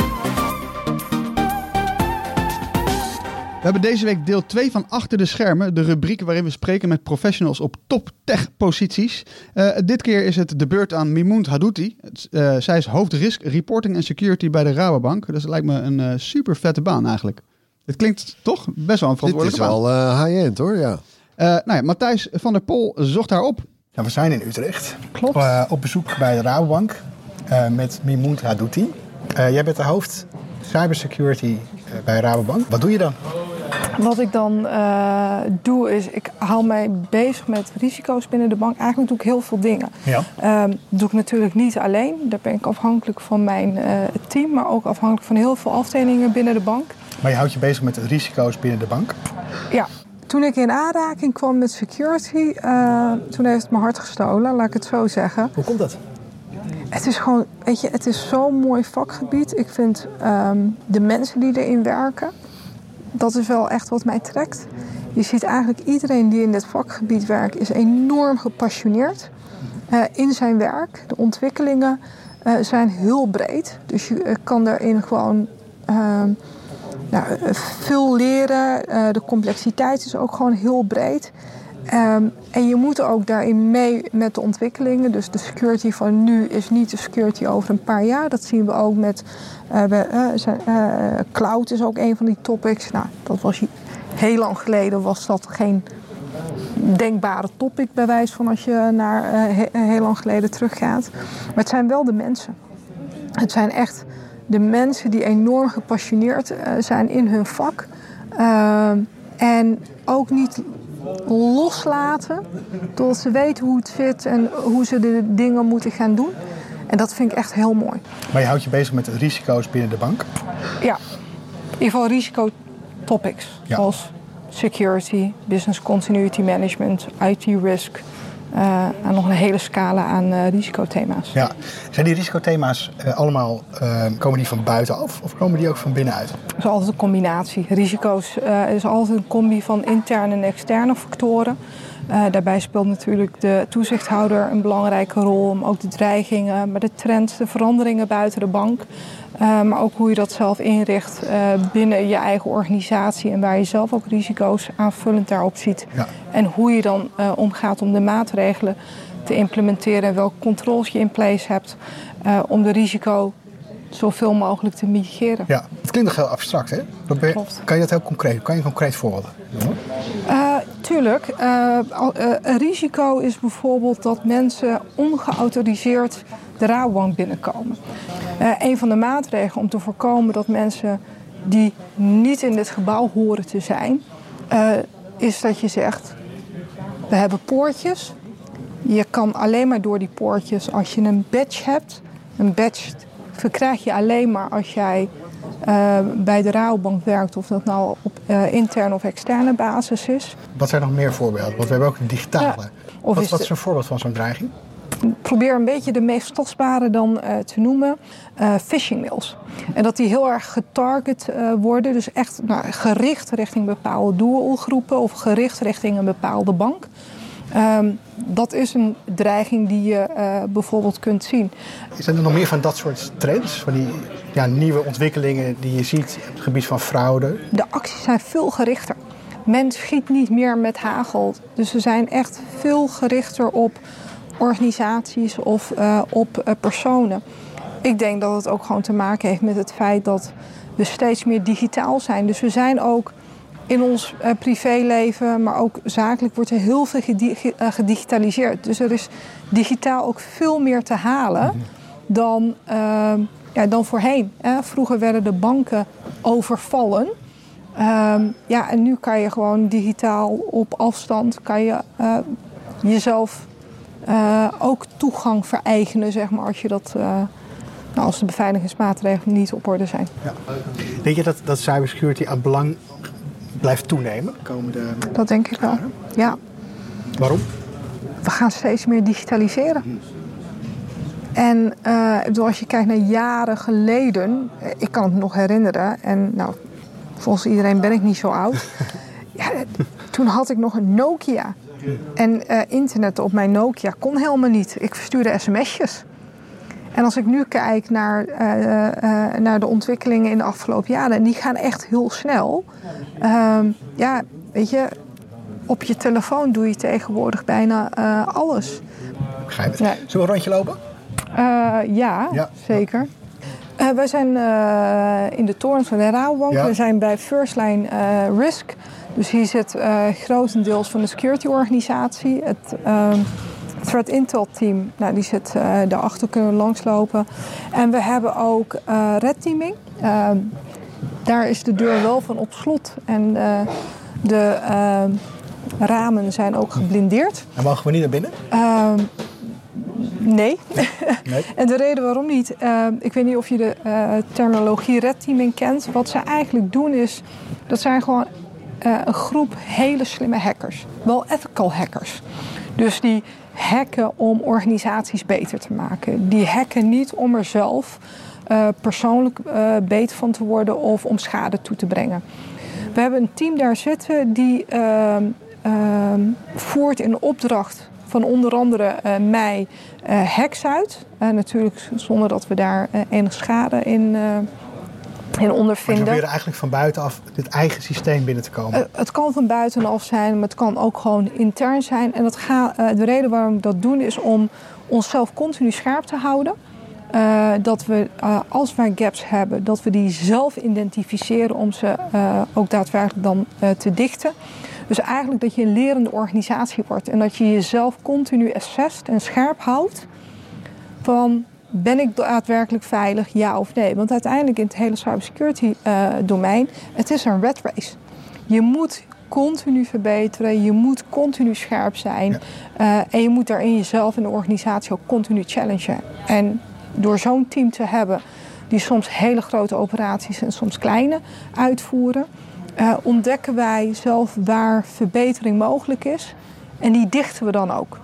We hebben deze week deel 2 van Achter de Schermen. De rubriek waarin we spreken met professionals op top tech posities. Dit keer is het de beurt aan Mimoun Hadouti. Zij is hoofdrisk reporting en security bij de Rabobank. Dus dat lijkt me een super vette baan eigenlijk. Het klinkt toch best wel een verantwoordelijke baan. Dit is wel high-end hoor, ja. Matthijs van der Pol zocht haar op. Ja, we zijn in Utrecht. Klopt. Op bezoek bij de Rabobank met Mimoun Hadouti. Jij bent de hoofd cybersecurity bij Rabobank. Wat doe je dan? Wat ik dan doe is, ik hou mij bezig met risico's binnen de bank. Eigenlijk doe ik heel veel dingen. Ja. Doe ik natuurlijk niet alleen. Daar ben ik afhankelijk van mijn team, maar ook afhankelijk van heel veel afdelingen binnen de bank. Maar je houdt je bezig met risico's binnen de bank? Ja. Toen ik in aanraking kwam met security, toen heeft het mijn hart gestolen, laat ik het zo zeggen. Hoe komt dat? Het is gewoon, weet je, het is zo'n mooi vakgebied. Ik vind de mensen die erin werken, dat is wel echt wat mij trekt. Je ziet eigenlijk iedereen die in dit vakgebied werkt, is enorm gepassioneerd in zijn werk. De ontwikkelingen zijn heel breed. Dus je kan daarin gewoon veel leren. De complexiteit is ook gewoon heel breed. En je moet ook daarin mee met de ontwikkelingen. Dus de security van nu is niet de security over een paar jaar. Dat zien we ook met cloud is ook een van die topics. Nou, dat was heel lang geleden was dat geen denkbare topic bij wijze van als je naar heel lang geleden teruggaat. Maar het zijn wel de mensen. Het zijn echt de mensen die enorm gepassioneerd zijn in hun vak. En ook niet loslaten totdat ze weten hoe het zit en hoe ze de dingen moeten gaan doen. En dat vind ik echt heel mooi. Maar je houdt je bezig met risico's binnen de bank? Ja, in ieder geval risicotopics. Ja. Zoals security, business continuity management, IT risk. En nog een hele scala aan risicothema's. Ja. Zijn die risicothema's allemaal, komen die van buitenaf of komen die ook van binnenuit? Het is altijd een combinatie. Risico's is altijd een combi van interne en externe factoren. Daarbij speelt natuurlijk de toezichthouder een belangrijke rol. Maar ook de dreigingen, maar de trends, de veranderingen buiten de bank. Maar ook hoe je dat zelf inricht binnen je eigen organisatie. En waar je zelf ook risico's aanvullend daarop ziet. Ja. En hoe je dan omgaat om de maatregelen te implementeren. En welke controles je in place hebt om de risico zoveel mogelijk te mitigeren. Ja, het klinkt nog heel abstract, hè? Klopt. Kan je dat heel concreet? Kan je een concreet voorbeeld doen? tuurlijk. Een risico is bijvoorbeeld dat mensen ongeautoriseerd de Rabobank binnenkomen. Een van de maatregelen om te voorkomen dat mensen die niet in dit gebouw horen te zijn, is dat je zegt, we hebben poortjes. Je kan alleen maar door die poortjes als je een badge hebt. Een badge verkrijg je alleen maar als jij bij de Rabobank werkt, of dat nou op interne of externe basis is. Wat zijn nog meer voorbeelden? Want we hebben ook een digitale. Ja. Wat is een voorbeeld van zo'n dreiging? Probeer een beetje de meest tastbare dan te noemen. Phishing mails. En dat die heel erg getarget worden. Dus echt gericht richting bepaalde doelgroepen of gericht richting een bepaalde bank. Dat is een dreiging die je bijvoorbeeld kunt zien. Zijn er nog meer van dat soort trends? Van die nieuwe ontwikkelingen die je ziet op het gebied van fraude? De acties zijn veel gerichter. Men schiet niet meer met hagel. Dus ze zijn echt veel gerichter op organisaties of op personen. Ik denk dat het ook gewoon te maken heeft met het feit dat we steeds meer digitaal zijn. Dus we zijn ook in ons privéleven, maar ook zakelijk wordt er heel veel gedigitaliseerd. Dus er is digitaal ook veel meer te halen dan voorheen. Vroeger werden de banken overvallen. En nu kan je gewoon digitaal op afstand kan je jezelf ook toegang vereigenen, zeg maar, als je dat als de beveiligingsmaatregelen niet op orde zijn. Ja. Denk je dat cybersecurity aan belang blijft toenemen de komende Dat denk ik wel, ja. Waarom? We gaan steeds meer digitaliseren. En als je kijkt naar jaren geleden, ik kan het me nog herinneren, en volgens iedereen ben ik niet zo oud. Toen had ik nog een Nokia. En internet op mijn Nokia kon helemaal niet. Ik verstuurde sms'jes. En als ik nu kijk naar de ontwikkelingen in de afgelopen jaren, en die gaan echt heel snel. Weet je, op je telefoon doe je tegenwoordig bijna alles. Begrijp het. Ja. Zullen we een rondje lopen? Ja, zeker. Wij zijn in de torens van de Rabobank. Ja. We zijn bij First Line Risk. Dus hier zit grotendeels van de security-organisatie. Het Threat Intel team, die zit daarachter, kunnen we langslopen. En we hebben ook red teaming. Daar is de deur wel van op slot. En de ramen zijn ook geblindeerd. En mogen we niet naar binnen? Nee. En de reden waarom niet, ik weet niet of je de terminologie red teaming kent. Wat ze eigenlijk doen is, dat zijn gewoon een groep hele slimme hackers. Wel ethical hackers. Dus die hacken om organisaties beter te maken. Die hacken niet om er zelf persoonlijk beter van te worden of om schade toe te brengen. We hebben een team daar zitten die voert in opdracht van onder andere mij hacks uit. Natuurlijk zonder dat we daar enig schade in ondervinden. Maar ze proberen eigenlijk van buitenaf dit eigen systeem binnen te komen? Het kan van buitenaf zijn, maar het kan ook gewoon intern zijn. En de reden waarom we dat doen is om onszelf continu scherp te houden. Dat we, als wij gaps hebben, dat we die zelf identificeren om ze ook daadwerkelijk dan te dichten. Dus eigenlijk dat je een lerende organisatie wordt en dat je jezelf continu assesst en scherp houdt van, ben ik daadwerkelijk veilig, ja of nee? Want uiteindelijk in het hele cybersecurity domein, het is een rat race. Je moet continu verbeteren, je moet continu scherp zijn. Ja. En je moet daarin jezelf en de organisatie ook continu challengen. En door zo'n team te hebben die soms hele grote operaties en soms kleine uitvoeren, ontdekken wij zelf waar verbetering mogelijk is. En die dichten we dan ook.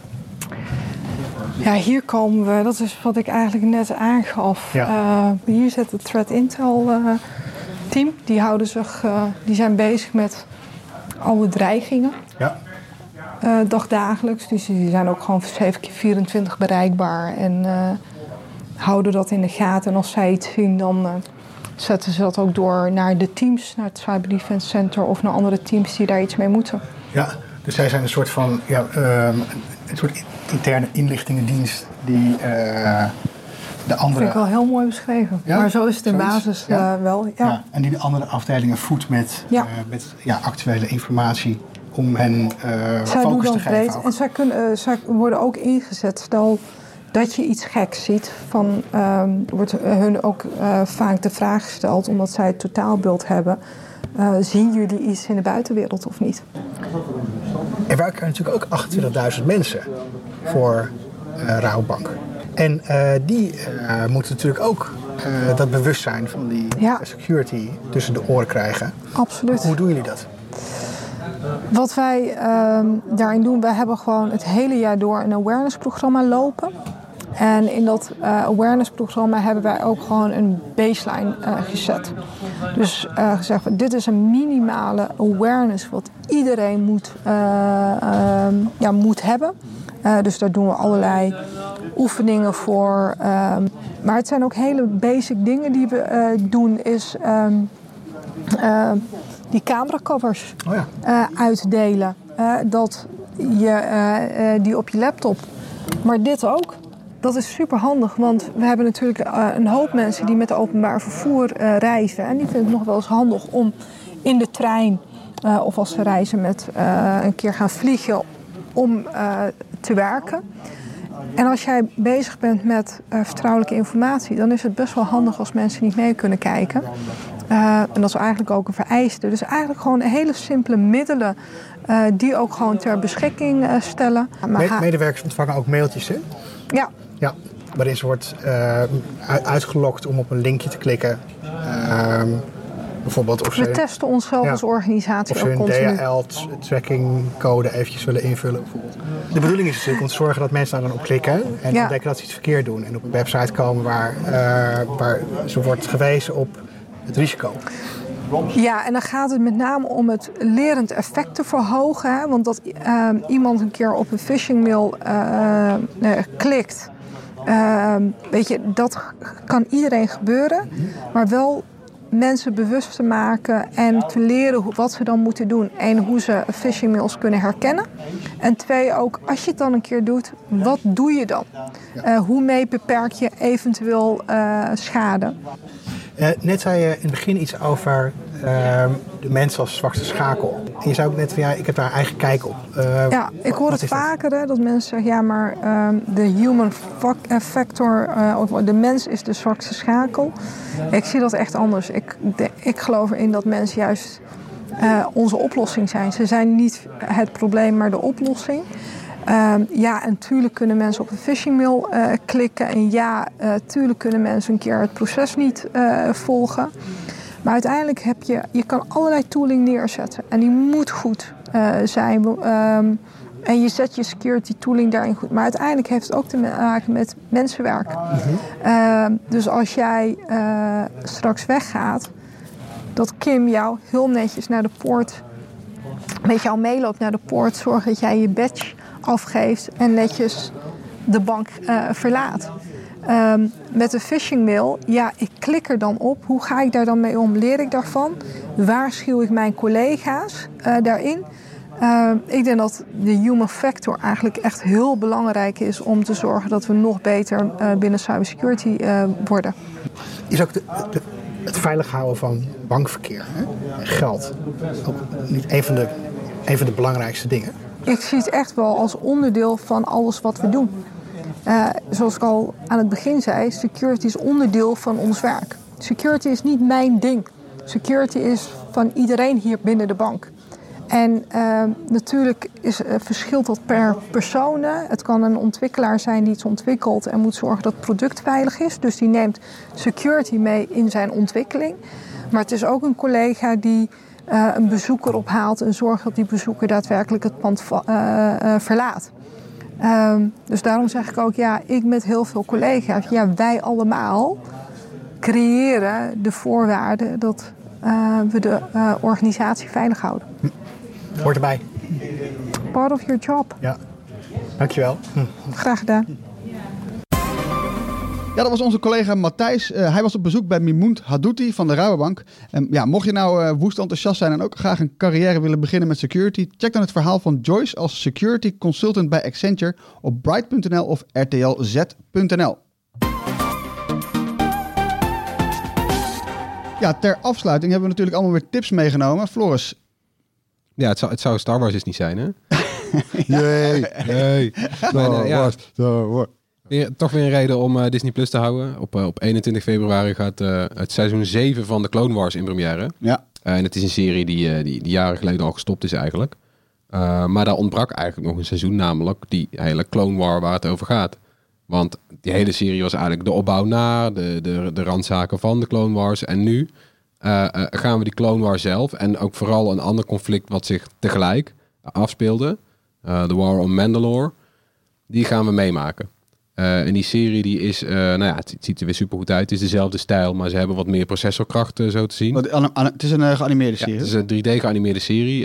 Ja, hier komen we, dat is wat ik eigenlijk net aangaf. Ja. Hier zit het Threat Intel team. Die zijn bezig met alle dreigingen. Ja. Dagdagelijks. Dus die zijn ook gewoon 7/24 bereikbaar. En houden dat in de gaten. En als zij iets zien, dan zetten ze dat ook door naar de teams. Naar het Cyber Defense Center of naar andere teams die daar iets mee moeten. Ja, dus zij zijn een soort van een soort interne inlichtingendienst die de andere... Dat vind ik wel heel mooi beschreven. Ja? Maar zo is het in basis wel. Ja. Ja, en die de andere afdelingen voedt met actuele informatie om hen zij focus doen te dat geven. breed. En zij worden ook ingezet. Stel dat je iets geks ziet, wordt hun ook vaak de vraag gesteld, omdat zij het totaalbeeld hebben. Zien jullie iets in de buitenwereld of niet? Er werken natuurlijk ook 28.000 mensen voor Rabobank. En die moeten natuurlijk ook dat bewustzijn van die security tussen de oren krijgen. Absoluut. Hoe doen jullie dat? Wat wij daarin doen, wij hebben gewoon het hele jaar door een awareness-programma lopen. En in dat awareness-programma hebben wij ook gewoon een baseline gezet. Dus gezegd, dit is een minimale awareness wat iedereen moet hebben. Dus daar doen we allerlei oefeningen voor. Maar het zijn ook hele basic dingen die we doen, is die cameracovers uitdelen. Dat je die op je laptop. Maar dit ook. Dat is super handig, want we hebben natuurlijk een hoop mensen die met de openbaar vervoer reizen. En die vinden het nog wel eens handig om in de trein of als ze reizen met een keer gaan vliegen om te werken. En als jij bezig bent met vertrouwelijke informatie, dan is het best wel handig als mensen niet mee kunnen kijken. En dat is eigenlijk ook een vereiste. Dus eigenlijk gewoon hele simpele middelen die ook gewoon ter beschikking stellen. Medewerkers ontvangen ook mailtjes, hè? Ja. Ja, waarin ze wordt uitgelokt om op een linkje te klikken. Bijvoorbeeld of we testen onszelf als organisatie ook continu. Of ze hun DHL-trackingcode eventjes willen invullen bijvoorbeeld. De bedoeling is natuurlijk om te zorgen dat mensen daar dan op klikken en ontdekken dat ze iets verkeerd doen. En op een website komen waar zo wordt gewezen op het risico. Ja, en dan gaat het met name om het lerend effect te verhogen. Hè? Want dat iemand een keer op een phishing mail klikt. Weet je, dat kan iedereen gebeuren. Maar wel mensen bewust te maken en te leren wat ze dan moeten doen. 1, hoe ze phishing mails kunnen herkennen. En 2, ook als je het dan een keer doet, wat doe je dan? Hoe mee beperk je eventueel schade? Net zei je in het begin iets over de mensen als zwakste schakel. En je zei ook net van ik heb daar eigen kijk op. Ik hoor het vaker dat mensen zeggen maar de human factor, de mens is de zwakste schakel. Ik zie dat echt anders. Ik geloof erin dat mensen juist onze oplossing zijn. Ze zijn niet het probleem, maar de oplossing. En tuurlijk kunnen mensen op een phishing mail klikken. En tuurlijk kunnen mensen een keer het proces niet volgen. Maar uiteindelijk je kan allerlei tooling neerzetten. En die moet goed zijn. En je zet je security tooling daarin goed. Maar uiteindelijk heeft het ook te maken met mensenwerk. Dus als jij straks weggaat, dat Kim jou heel netjes naar de poort, met jou meeloopt naar de poort, zorg dat jij je badge afgeeft en netjes de bank verlaat. Met een phishing mail, ik klik er dan op. Hoe ga ik daar dan mee om? Leer ik daarvan? Waarschuw ik mijn collega's daarin? Ik denk dat de human factor eigenlijk echt heel belangrijk is om te zorgen dat we nog beter binnen cybersecurity worden. Is ook het veilig houden van bankverkeer, hè? Geld, ook niet een van de belangrijkste dingen? Ik zie het echt wel als onderdeel van alles wat we doen. Zoals ik al aan het begin zei, security is onderdeel van ons werk. Security is niet mijn ding. Security is van iedereen hier binnen de bank. En natuurlijk verschilt dat per persoon. Het kan een ontwikkelaar zijn die iets ontwikkelt en moet zorgen dat het product veilig is. Dus die neemt security mee in zijn ontwikkeling. Maar het is ook een collega die een bezoeker ophaalt en zorgt dat die bezoeker daadwerkelijk het pand verlaat. Dus daarom zeg ik ook, ik met heel veel collega's, wij allemaal creëren de voorwaarden dat we de organisatie veilig houden. Hoort erbij. Part of your job. Ja, dankjewel. Graag gedaan. Ja, dat was onze collega Matthijs. Hij was op bezoek bij Mimoun Hadouti van de Rabobank. Mocht je nou woest enthousiast zijn en ook graag een carrière willen beginnen met security, check dan het verhaal van Joyce als security consultant bij Accenture op bright.nl of rtlz.nl. Ja, ter afsluiting hebben we natuurlijk allemaal weer tips meegenomen. Floris, Ja, het zou Star Wars dus niet zijn, hè? Jee. Toch weer een reden om Disney Plus te houden. Op 21 februari gaat het seizoen 7 van de Clone Wars in première. Ja. En het is een serie die jaren geleden al gestopt is eigenlijk. Maar daar ontbrak eigenlijk nog een seizoen, namelijk die hele Clone War waar het over gaat. Want die hele serie was eigenlijk de opbouw naar de randzaken van de Clone Wars. En nu gaan we die Clone War zelf en ook vooral een ander conflict wat zich tegelijk afspeelde. De War on Mandalore. Die gaan we meemaken. En die serie die is, het ziet er weer supergoed uit. Het is dezelfde stijl, maar ze hebben wat meer processorkracht zo te zien. Het is een geanimeerde serie. Ja, het is een 3D geanimeerde serie.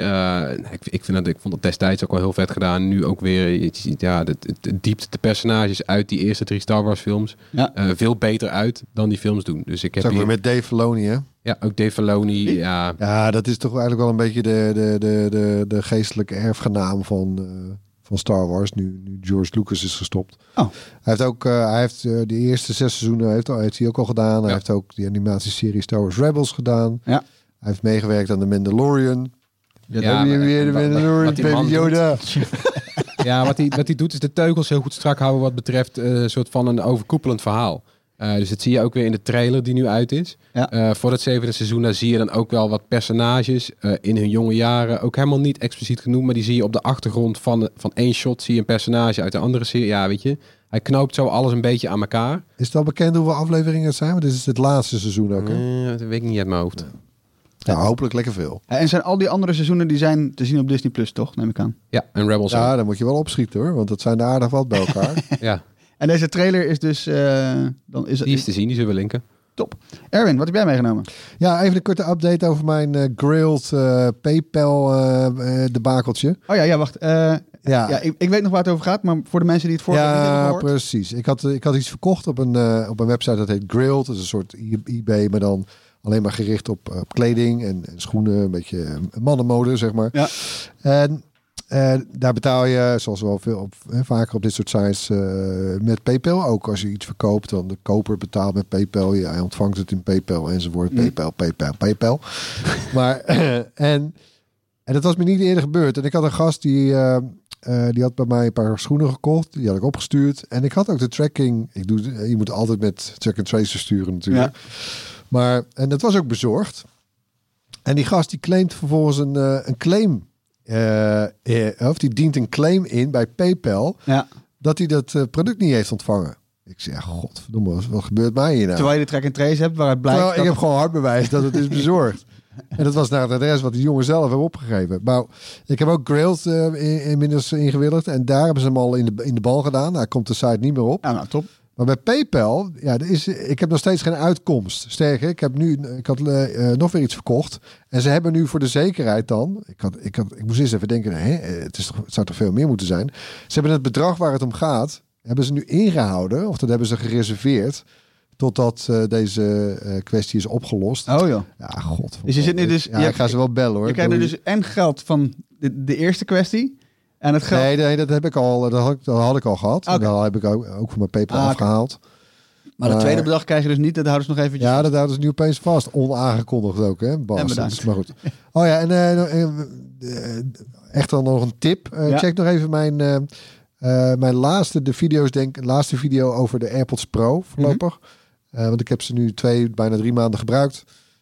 Ik vond het destijds ook wel heel vet gedaan. Nu ook weer, je ziet, het diept de personages uit die eerste 3 Star Wars films veel beter uit dan die films doen. Dus ik heb weer met Dave Filoni, hè? Ja, ook Dave Filoni. Ja, dat is toch eigenlijk wel een beetje de geestelijke erfgenaam van Star Wars, nu George Lucas is gestopt. Oh. Hij heeft de eerste 6 seizoenen heeft hij ook al gedaan. Hij heeft ook die animatieserie Star Wars Rebels gedaan. Ja. Hij heeft meegewerkt aan The Mandalorian. Weer de Mandalorian, Baby Yoda. Ja, wat hij doet is de teugels heel goed strak houden wat betreft een soort van een overkoepelend verhaal. Dus dat zie je ook weer in de trailer die nu uit is. Ja. Voor het 7e seizoen daar zie je dan ook wel wat personages in hun jonge jaren. Ook helemaal niet expliciet genoemd, maar die zie je op de achtergrond van één shot. Zie je een personage uit de andere serie. Ja, weet je. Hij knoopt zo alles een beetje aan elkaar. Is het al bekend hoeveel afleveringen het zijn? Want dit is het laatste seizoen ook, hè? Dat weet ik niet uit mijn hoofd. Ja, hopelijk lekker veel. En zijn al die andere seizoenen die zijn te zien op Disney Plus, toch? Neem ik aan. Ja, en Rebels. Ja, dan moet je wel opschieten, hoor. Want dat zijn de aardig wat bij elkaar. Ja. En deze trailer is dus... die is te zien, die zullen we linken. Top. Erwin, wat heb jij meegenomen? Ja, even een korte update over mijn grilled PayPal debakeltje. Oh ja, wacht. Ik weet nog waar het over gaat, maar voor de mensen die het vorige keer hebben gehoord. Ja, precies. Ik had iets verkocht op een website dat heet Grilled. Dat is een soort eBay, maar dan alleen maar gericht op kleding en schoenen. Een beetje mannenmode, zeg maar. Ja. En daar betaal je, zoals wel veel vaker op dit soort sites, met PayPal. Ook als je iets verkoopt, dan de koper betaalt met PayPal. Ja, hij ontvangt het in PayPal enzovoort. PayPal. Maar, en dat was me niet eerder gebeurd. En ik had een gast die had bij mij een paar schoenen gekocht. Die had ik opgestuurd. En ik had ook de tracking. Je moet altijd met track and trace sturen natuurlijk. Ja. Maar, en dat was ook bezorgd. En die gast die claimt vervolgens een claim. Of die dient een claim in bij PayPal. Ja. Dat hij dat product niet heeft ontvangen. Ik zeg, godverdomme, wat gebeurt mij hier nou? Terwijl je de track and trace hebt waaruit blijkt... Ik heb gewoon hard bewijs dat het is bezorgd. En dat was naar het adres wat die jongen zelf heeft opgegeven. Maar ik heb ook Grilled inmiddels ingewilligd. En daar hebben ze hem al in de bal gedaan. Hij komt de site niet meer op. Ja, nou, top. Maar bij PayPal, ik heb nog steeds geen uitkomst. Sterker, ik had nog weer iets verkocht. En ze hebben nu voor de zekerheid dan... Ik moest eens even denken, het zou toch veel meer moeten zijn. Ze hebben het bedrag waar het om gaat, hebben ze nu ingehouden. Of dat hebben ze gereserveerd. Totdat deze kwestie is opgelost. Oh joh. Ja, god. Dus je zit nu dus... ik ga ze wel bellen, hoor. Je krijgt nu dus en geld van de eerste kwestie... En het geld... Nee, dat heb ik al. Dat had ik al gehad. Okay. En dat heb ik ook van mijn PayPal afgehaald. Maar het tweede bedrag krijg je dus niet. Dat houden ze nog eventjes. Ja, dat houden ze nu opeens vast. Onaangekondigd ook, hè, Bas. En bedankt. Dat is maar goed. Oh ja, en echt dan nog een tip. Check nog even mijn laatste video over de AirPods Pro voorlopig. Want ik heb ze nu bijna 3 maanden gebruikt.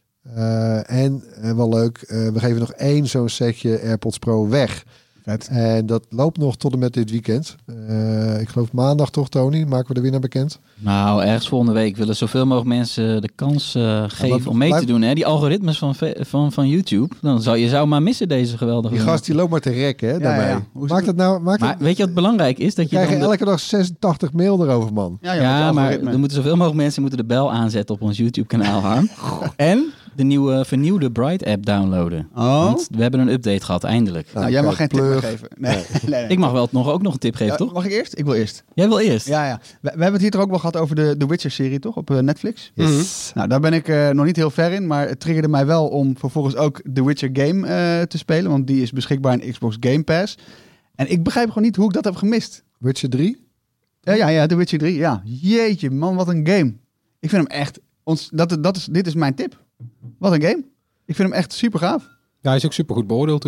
En wel leuk, we geven nog 1 zo'n setje AirPods Pro weg. Vet. En dat loopt nog tot en met dit weekend. Ik geloof maandag toch, Tony? Maken we de winnaar bekend? Nou, ergens volgende week willen zoveel mogelijk mensen de kans geven om mee te doen. Hè? Die algoritmes van YouTube. Je zou maar missen deze geweldige... Die gast die loopt maar te rekken, hè, daarmee. Ja. Maakt het nou... Weet je wat belangrijk is? Dat je krijg elke dag 86 mail erover, man. Ja, maar er moeten zoveel mogelijk mensen de bel aanzetten op ons YouTube-kanaal, Harm. En de vernieuwde Bright-app downloaden. Oh. Want we hebben een update gehad, eindelijk. Nou, jij mag geen tip meer geven. Nee. Ik mag wel ook nog een tip geven, toch? Mag ik eerst? Ik wil eerst. Jij wil eerst? Ja. We hebben het hier toch ook wel gehad over de Witcher-serie, toch? Op Netflix. Yes. Nou, daar ben ik nog niet heel ver in. Maar het triggerde mij wel om vervolgens ook de Witcher game te spelen. Want die is beschikbaar in Xbox Game Pass. En ik begrijp gewoon niet hoe ik dat heb gemist. Witcher 3? Ja, The Witcher 3. Ja, jeetje man, wat een game. Ik vind hem echt... Dit is mijn tip. Wat een game. Ik vind hem echt super gaaf. Ja, hij is ook super goed beoordeeld toen.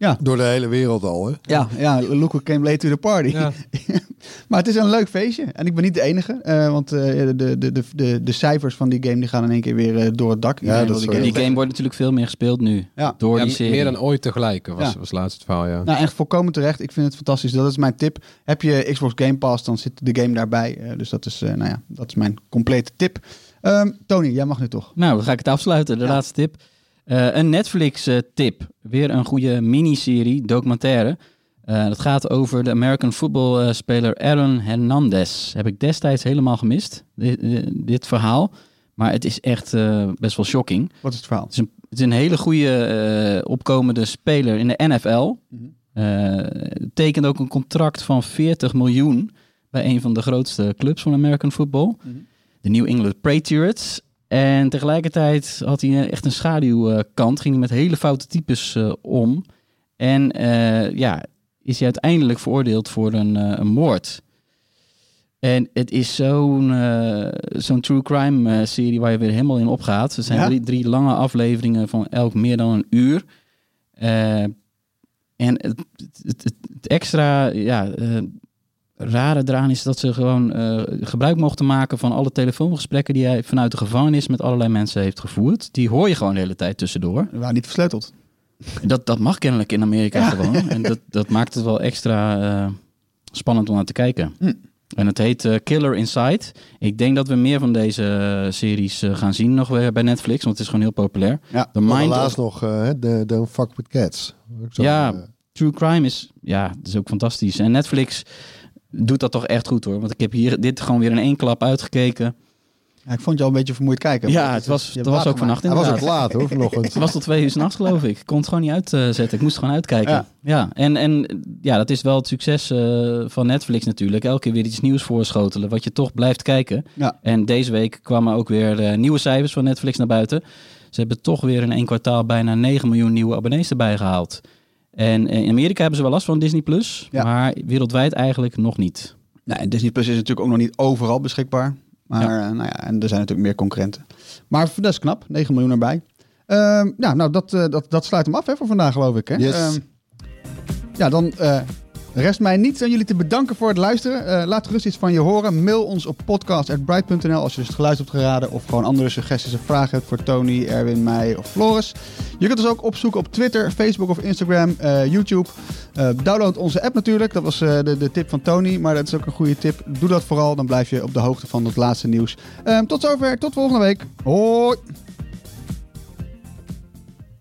Ja. Door de hele wereld al, hè? Ja, look who came late to the party. Ja. Maar het is een leuk feestje. En ik ben niet de enige. Want de cijfers van die game die gaan in één keer weer door het dak. Ja, die game wordt natuurlijk veel meer gespeeld nu. Ja. Door die serie. Meer dan ooit tegelijk was laatst het verhaal, ja. Nou, echt volkomen terecht. Ik vind het fantastisch. Dat is mijn tip. Heb je Xbox Game Pass, dan zit de game daarbij. Dus dat is, dat is mijn complete tip. Tony, jij mag nu toch. Nou, dan ga ik het afsluiten. De laatste tip. Een Netflix-tip. Weer een goede miniserie, documentaire. Dat gaat over de American football-speler Aaron Hernandez. Heb ik destijds helemaal gemist, dit verhaal. Maar het is echt best wel shocking. Wat is het verhaal? Het is een hele goede opkomende speler in de NFL. Tekent ook een contract van 40 miljoen bij een van de grootste clubs van American football. De New England Patriots. En tegelijkertijd had hij echt een schaduwkant. Ging hij met hele foute types om. En is hij uiteindelijk veroordeeld voor een moord. En het is zo'n true crime serie waar je weer helemaal in opgaat. Er zijn drie lange afleveringen van elk meer dan een uur. En het extra rare eraan is dat ze gewoon gebruik mochten maken van alle telefoongesprekken die hij vanuit de gevangenis met allerlei mensen heeft gevoerd. Die hoor je gewoon de hele tijd tussendoor. We waren niet versleuteld. Dat mag kennelijk in Amerika gewoon. En dat maakt het wel extra spannend om naar te kijken. En het heet Killer Inside. Ik denk dat we meer van deze series gaan zien nog weer bij Netflix, want het is gewoon heel populair. Ja, laatst nog Don't Fuck With Cats. True crime is ook fantastisch. En Netflix doet dat toch echt goed hoor. Want ik heb hier dit gewoon weer in één klap uitgekeken. Ja, ik vond je al een beetje vermoeid kijken. Ja, het was ook vannacht inderdaad. Hij was ook laat hoor, vanochtend. Het was tot 2 uur 's nachts geloof ik. Ik kon het gewoon niet uitzetten. Ik moest gewoon uitkijken. Ja. En dat is wel het succes van Netflix natuurlijk. Elke keer weer iets nieuws voorschotelen. Wat je toch blijft kijken. Ja. En deze week kwamen ook weer nieuwe cijfers van Netflix naar buiten. Ze hebben toch weer in 1 kwartaal bijna 9 miljoen nieuwe abonnees erbij gehaald. En in Amerika hebben ze wel last van Disney+. Maar wereldwijd eigenlijk nog niet. Nee, en Disney+ is natuurlijk ook nog niet overal beschikbaar. Maar en er zijn natuurlijk meer concurrenten. Maar dat is knap, 9 miljoen erbij. Dat sluit hem af voor vandaag, geloof ik. Hè? Yes. Dan rest mij niet aan jullie te bedanken voor het luisteren. Laat gerust iets van je horen. Mail ons op podcast@bright.nl als je dus het geluid hebt geraden. Of gewoon andere suggesties of vragen hebt voor Tony, Erwin, mij of Floris. Je kunt ons ook opzoeken op Twitter, Facebook of Instagram, YouTube. Download onze app natuurlijk. Dat was de tip van Tony. Maar dat is ook een goede tip. Doe dat vooral. Dan blijf je op de hoogte van het laatste nieuws. Tot zover. Tot volgende week. Hoi.